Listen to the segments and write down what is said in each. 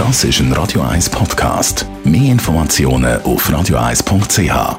Das ist ein Radio 1 Podcast. Mehr Informationen auf radio1.ch.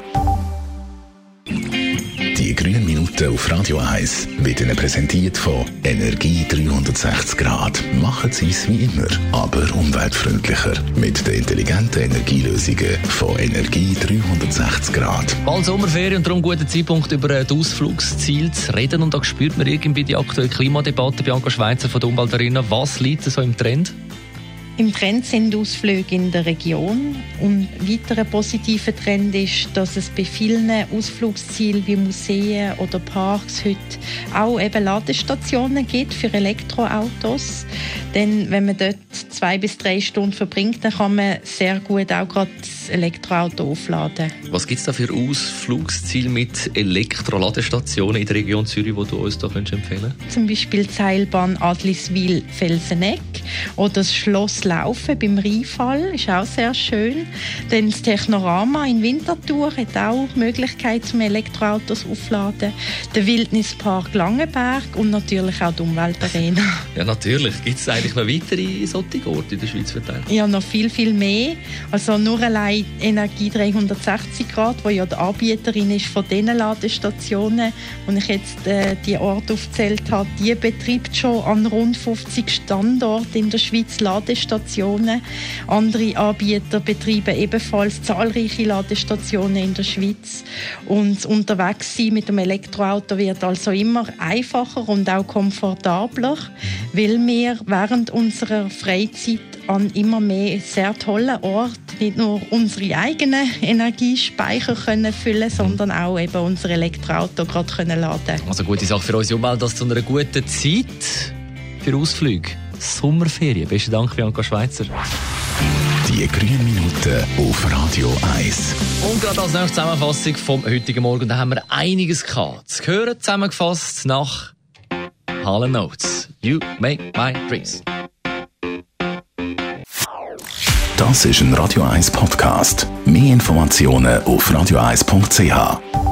Die grünen Minuten auf Radio 1 werden Ihnen präsentiert von Energie 360 Grad. Machen Sie es wie immer, aber umweltfreundlicher. Mit den intelligenten Energielösungen von Energie 360 Grad. Bald Sommerferien und darum ein guter Zeitpunkt, über das Ausflugsziel zu reden. Und da spürt man irgendwie die aktuelle Klimadebatte. Bianca Schweizer von der Umweltarena. Was liegt so im Trend? Im Trend sind Ausflüge in der Region und ein weiterer positiver Trend ist, dass es bei vielen Ausflugszielen wie Museen oder Parks heute auch eben Ladestationen gibt für Elektroautos. Denn wenn man dort 2 bis 3 Stunden verbringt, dann kann man sehr gut auch gerade das Elektroauto aufladen. Was gibt es da für Ausflugsziele mit Elektroladestationen in der Region Zürich, die du uns da empfehlen könntest? Zum Beispiel die Seilbahn Adliswil-Felsenegg oder das Schloss Laufen beim Rheinfall ist auch sehr schön. Dann das Technorama in Winterthur hat auch die Möglichkeit zum Elektroautos aufladen. Der Wildnispark Langenberg und natürlich auch die Umweltarena. Ja, natürlich. Gibt es eigentlich noch weitere solche Orte in der Schweiz verteilt? Ja, noch viel, viel mehr. Also nur allein Energie 360 Grad, wo ja die Anbieterin ist von diesen Ladestationen, und ich jetzt die Orte aufgezählt habe, die betreibt schon an rund 50 Standorten in der Schweiz Ladestationen. Andere Anbieter betreiben ebenfalls zahlreiche Ladestationen in der Schweiz. Und unterwegs sein mit dem Elektroauto wird also immer einfacher und auch komfortabler, weil wir während unserer Freizeit an immer mehr sehr tollen Orten nicht nur unsere eigenen Energiespeicher können füllen, sondern auch eben unser Elektroauto gerade können laden. Also gute Sache für unsere Umwelt, dass zu einer guten Zeit für Ausflüge. Sommerferien. Besten Dank, Bianca Schweizer. Die grünen Minuten auf Radio 1. Und gerade als nächste Zusammenfassung vom heutigen Morgen, da haben wir einiges gehabt. Zu hören, zusammengefasst nach Hall & Oates. You make my dreams. Das ist ein Radio 1 Podcast. Mehr Informationen auf radio1.ch.